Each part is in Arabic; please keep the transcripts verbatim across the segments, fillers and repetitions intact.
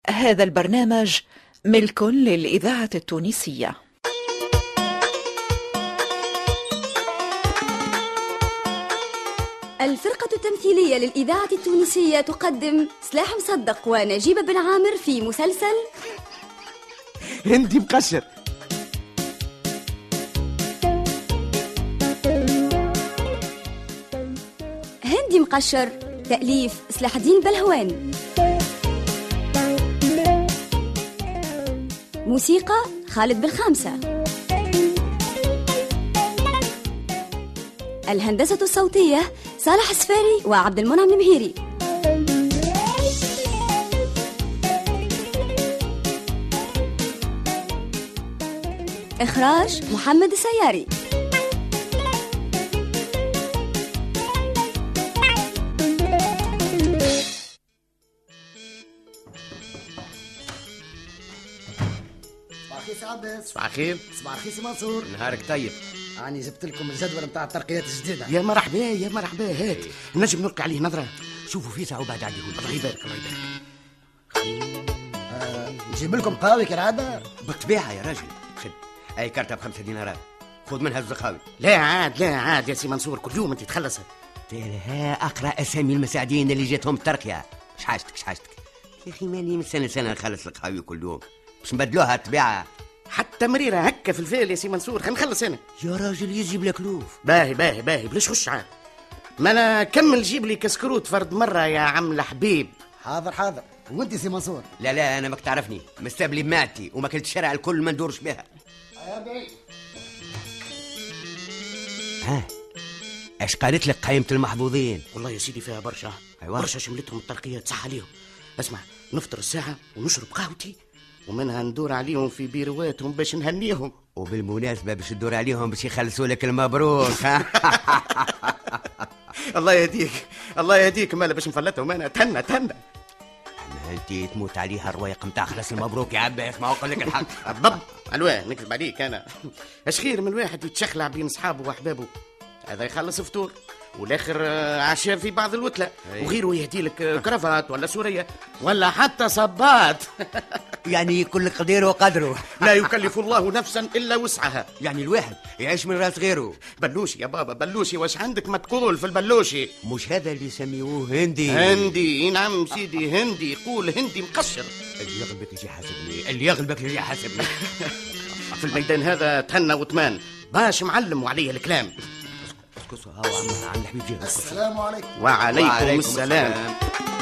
هذا البرنامج ملك للإذاعة التونسية. الفرقة التمثيلية للإذاعة التونسية تقدم سلاح مصدق ونجيب بن عامر في مسلسل هندي مقشر. هندي مقشر، تأليف سلاح الدين البلهواني، موسيقى خالد بالخامسة، الهندسة الصوتية صالح السفاري وعبد المنعم المهيري، إخراج محمد السياري. صباح الخير. صباح الخير سي منصور. نهارك طيب. راني جبت لكم الجدول نتاع الترقيات الجديده. يا مرحبا يا مرحبا، هات نجم نلقي عليه نظره. شوفوا فيه ساعه وبعد عليه. الله يبارك الله يبارك. آه نجيب لكم قهوه كالعاده. بالطبيعه يا راجل. خد اي كارته بخمسة دينارات، خذ منها الزخاوي. لا عاد لا عاد يا سي منصور، كل يوم انت تخلصها. ها اقرا اسامي المساعدين اللي جاتهم الترقيه. اش حاجتك اش حاجتك يا اخي؟ ماني من سنه سنه نخلص القهاوي كل يوم، باش نبدلوها الطبيعه. حتى مريرة هكا في الفيل يا سي منصور، خلينا نخلص انا. يا راجل يجيب لك لوف. باهي باهي باهي بلاش خش عاد. ما انا كمل جيب لي كسكروت فرد مره يا عم الحبيب. حاضر حاضر. وانت سي منصور؟ لا لا انا ماك تعرفني، مستبلي بماتي وما كلت الشارع الكل ما ندورش بها. ها اش قالت لك قائمه المحظوظين؟ والله يا سيدي فيها برشا. أيوة. برشا شملتهم الترقيات، صح عليهم. اسمع، نفطر الساعه ونشرب قهوتي ومنها ندور عليهم في بيرواتهم باش نهنيهم. وبالمناسبة باش ندور عليهم باش يخلصوا لك المبروك. الله يهديك الله يهديك، مالا باش نفلتهم انا. تهنى تهنى. اما انت تموت عليها الروايق نتاع خلص المبروك يا عباس، ما اقول لك الحق. بالضبط. الواه نكذب عليك انا. اش خير من واحد يتشخلع بين اصحابه واحبابه، هذا يخلص فطور والاخر عشاء في بعض الوتله، وغيره يهدي لك كرافات ولا سوريه ولا حتى صباط. يعني كل قدير وقدره. لا يكلف الله نفسا الا وسعها. يعني الواحد يعيش من راس غيره. بلوشي يا بابا بلوشي، واش عندك ما تقول في البلوشي؟ مش هذا اللي يسميوه هندي؟ هندي نعم سيدي، هندي. قول هندي مقشر. اللي يغلبك يجي حاسبني، اللي يغلبك يجي حاسبني. في الميدان هذا تهنى وتمان باش معلم وعليه الكلام. السلام عليكم. وعليكم, وعليكم السلام, السلام.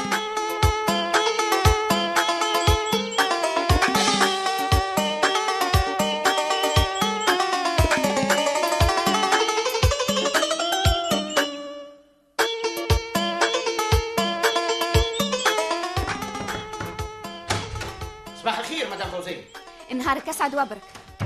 صباح الخير مدام فوزية. نهارك اسعد وابرك.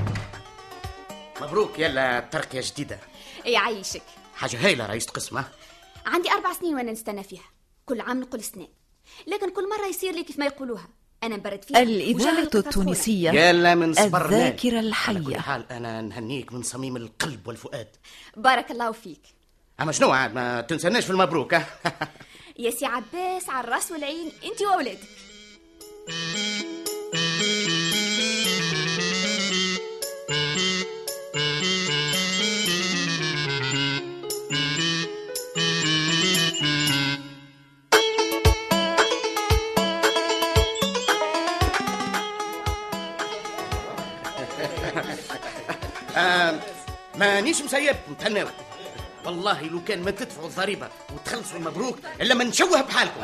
مبروك يلا ترقية جديدة. يعيشك. حاجة هايلة رئيسة قسمة. عندي أربع سنين وأنا نستنى فيها، كل عام نقول سنين، لكن كل مرة يصير لي كيف ما يقولوها، أنا نبرد فيها. الإذاعة التونسية يلا من صبرنا. الذاكرة الحية. على كل حال أنا نهنيك من صميم القلب والفؤاد. بارك الله فيك. أما شنو عاد ما تنسناش في المبروك. يا سي عباس على الراس والعين أنت وأولادك. آه مانيش مسيب متهناوي والله، لو كان ما تدفعوا الضريبة وتخلصوا المبروك إلا ما نشوه بحالكم.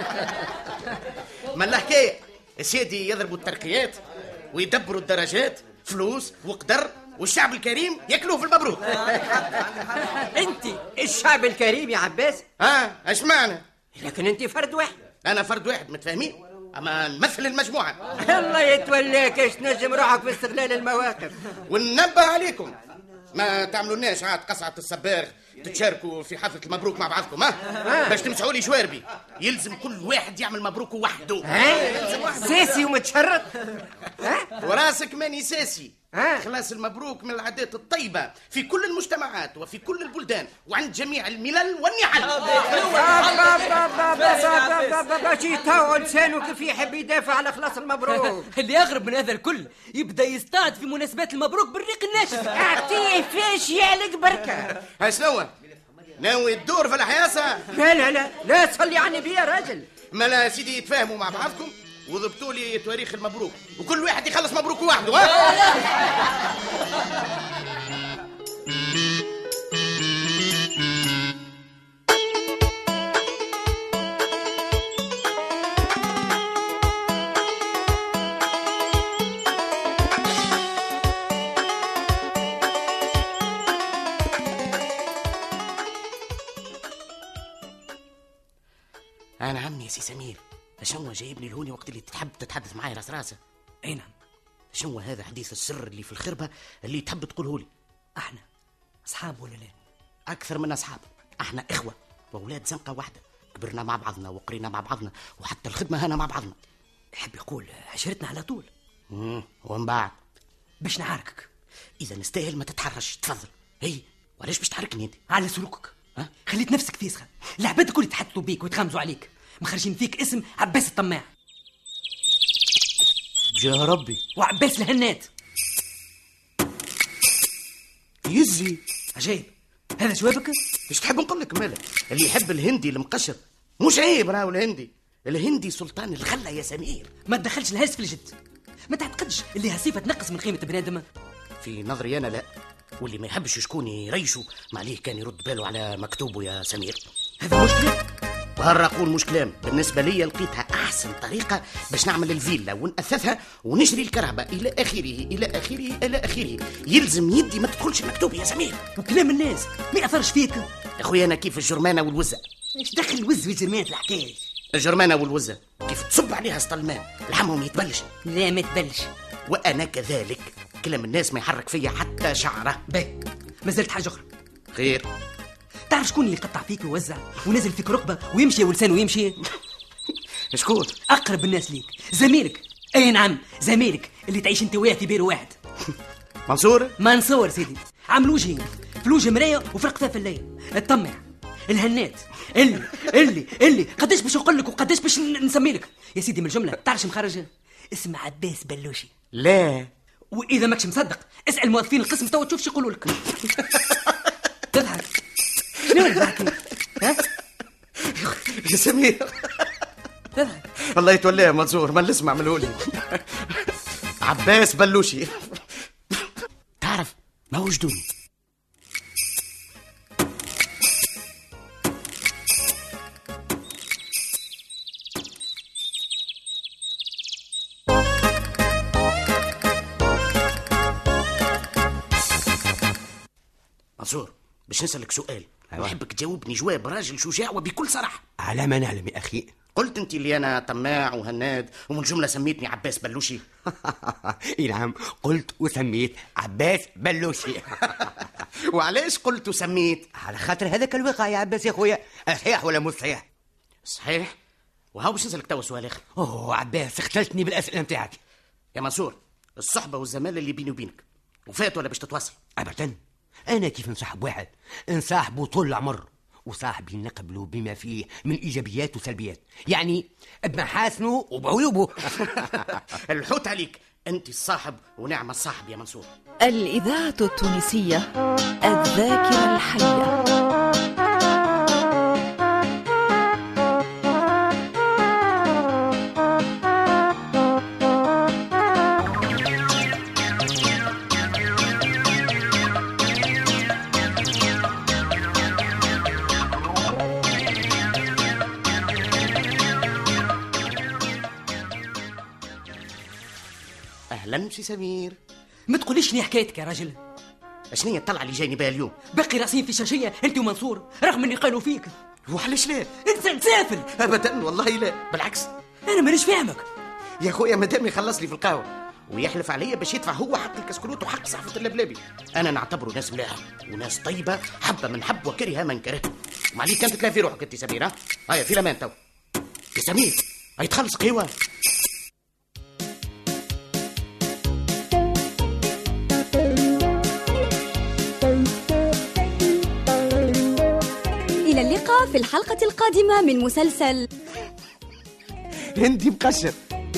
ما الحكاية سيدي يضربوا الترقيات ويدبروا الدرجات، فلوس وقدر، والشعب الكريم ياكلوه في المبروك. انت الشعب الكريم يا عباس؟ اه اش معنى؟ لكن انت فرد واحد. انا فرد واحد متفاهمين، اما نمثل المجموعة. الله يتولاك ايش تنجم روحك في استغلال المواقف. وننبه عليكم ما تعملوناش عاد قصعة الصباغ تتشاركوا في حفلة المبروك مع بعضكم. ها باش تمسحوا لي شواربي، يلزم كل واحد يعمل مبروك وحده. ساسي ومتشرط. وراسك ماني ساسي، خلاص المبروك من العادات الطيبة في كل المجتمعات وفي كل البلدان وعند جميع الملل والنحل. باش تو لسانه كيف يحب يدافع على خلاص المبروك. اللي أغرب من هذا الكل يبدأ يستعد في مناسبات المبروك بالريق الناشف. اعطيه فيش يالك بركة. هاي شنو ناوي الدور في الحياسة؟ لا لا لا لا صلي على النبي يا راجل. ما لا سيدي يتفاهموا مع بعضكم وضبطوا لي تواريخ المبروك وكل واحد يخلص مبروك وحده. ها انا عمي يا سي سمير، شنو جايبني لهوني وقت اللي تحب تتحدث معايا راس راسه؟ اي نعم. شنو هذا حديث السر اللي في الخربة اللي تحب تقوله لي؟ احنا اصحاب ولا لا؟ اكثر من اصحاب، احنا اخوة واولاد زنقة واحدة، كبرنا مع بعضنا وقرينا مع بعضنا وحتى الخدمة هنا مع بعضنا. يحب يقول عشرتنا على طول. امم ومن بعد باش نعاركك. اذا نستاهل ما تتحرش، تفضل. هي وعلاش باش تحركني انت؟ على سلوكك. ها؟ خليت نفسك فيسخة، العباد الكل يتحدثوا بيك ويتغمزوا عليك، مخرجين فيك اسم عباس الطماع. يا ربي. وعباس الهنات. يزي عجيب. هذا جوابك؟ ايش تحب نقول لك مالك؟ اللي يحب الهندي المقشر مش عيب راهو. الهندي الهندي سلطان الغلة يا سمير. ما تدخلش الهاز في الجد. ما تعتقدش اللي هالصفة تنقص من قيمة بنادم؟ في نظري انا لا، واللي ما يحبش شكون يريشه ما عليه كان يرد باله على مكتوبه يا سمير. هذا مش كلام. وهر اقول مش كلام، بالنسبه لي لقيتها احسن طريقه باش نعمل الفيلا ونأثثها ونشري الكهرباء الى اخره الى اخره الى اخره. يلزم يدي ما تدخلش مكتوب يا سمير. وكلام الناس ما ياثرش فيك يا اخويا. انا كيف الجرمانه والوزه. ايش دخل الوز في جرمانه الحكايه؟ الجرمانه والوزه كيف تصب عليها سطلمان لحمهم يتبلش. لا ما يتبلش. وانا كذلك، كلام الناس ما يحرك فيا حتى شعره. باهي ما زلت حاجه اخرى. خير. تعرف شكون اللي يقطع فيك ويوزع ونزل فيك ركبه ويمشي ولسانه يمشي؟ شكون؟ اقرب الناس ليك، زميلك. اي نعم زميلك اللي تعيش انت وياه في بير واحد. منصور؟ منصور سيدي، عامل وجهين في الوجه مرايه وفي القفاف الليل. الطمع الهنات اللي اللي اللي قداش باش نقول لك وقداش باش نسمي لك يا سيدي. من الجمله تعرف مخرج اسم عباس بلوشي. لا. واذا ماكش مصدق اسال موظفين القسم تو تشوف شو يقولوا لك. تضحك شنو الضحك؟ ها يا سمير تضحك. الله يتولاه منصور، ما نسمع من الولي. عباس بلوشي. تعرف ما وجدوني. منصور باش نسألك سؤال. أيوة. نحبك تجاوبني جواب راجل شجاع وبكل صراحة. على ما نعلم يا أخي. قلت انت اللي انا طماع وهناد ومن جملة سميتني عباس بلوشي. اي نعم قلت وسميت عباس بلوشي. وعلاش قلت وسميت؟ على خاطر هذاك الواقع يا عباس يا خويا. صحيح ولا مش صحيح؟ صحيح. وهاو باش نسألك توا سؤال اخر. اوه عباس اختلتني بالاسئله نتاعك يا منصور. الصحبة والزمالة اللي بيني وبينك وفات ولا باش تتواصل؟ ابدا. انا كيف نصاحب واحد نصاحبه طول العمر، وصاحبي نقبله بما فيه من ايجابيات وسلبيات، يعني بمحاسنه وبعيوبه. الحوت عليك، انت الصاحب ونعم الصاحب يا منصور. الإذاعة التونسية الذاكرة الحية. اهلا سي سمير. ما تقوليش شنو حكايتك يا راجل. شنو هي الطلعه اللي جايني بها اليوم؟ باقي راسين في شاشيه انت ومنصور رغم اني قالوا فيك. وعلاش لا؟ انسان سافل. ابدا والله لا، بالعكس. انا مانيش فاهمك يا خويا. مادام يخلص لي في القهوه ويحلف عليا باش يدفع هو حق الكسكروت وحق صحفه اللبلابي، انا نعتبره ناس ملاح وناس طيبه، حبه من حب وكره من كره. وما عليك انت تلاقي في روحك انت سمير. ها هيا في الامان تو يا سمير. هاي تخلص قهوه. في الحلقة القادمة من مسلسل هندي مقشر.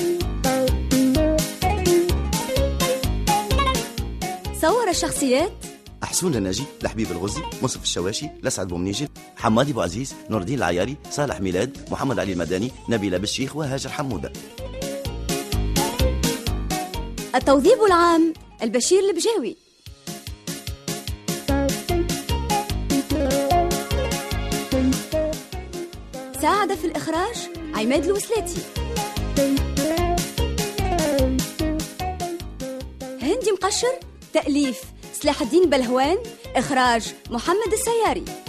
صور الشخصيات: حسون الناجي، لحبيب الغزي، مصطفى الشواشي، لسعد بومنيجي، حمادي بوعزيز، نور الدين العياري، صالح ميلاد، محمد علي المداني، نبيلة بالشيخ، وهاجر حمودة. التوظيف العام: البشير البجاوي. ساعد في الإخراج عماد الوسلاتي. هندي مقشر، تأليف سلاح الدين بلهوان، إخراج محمد السياري.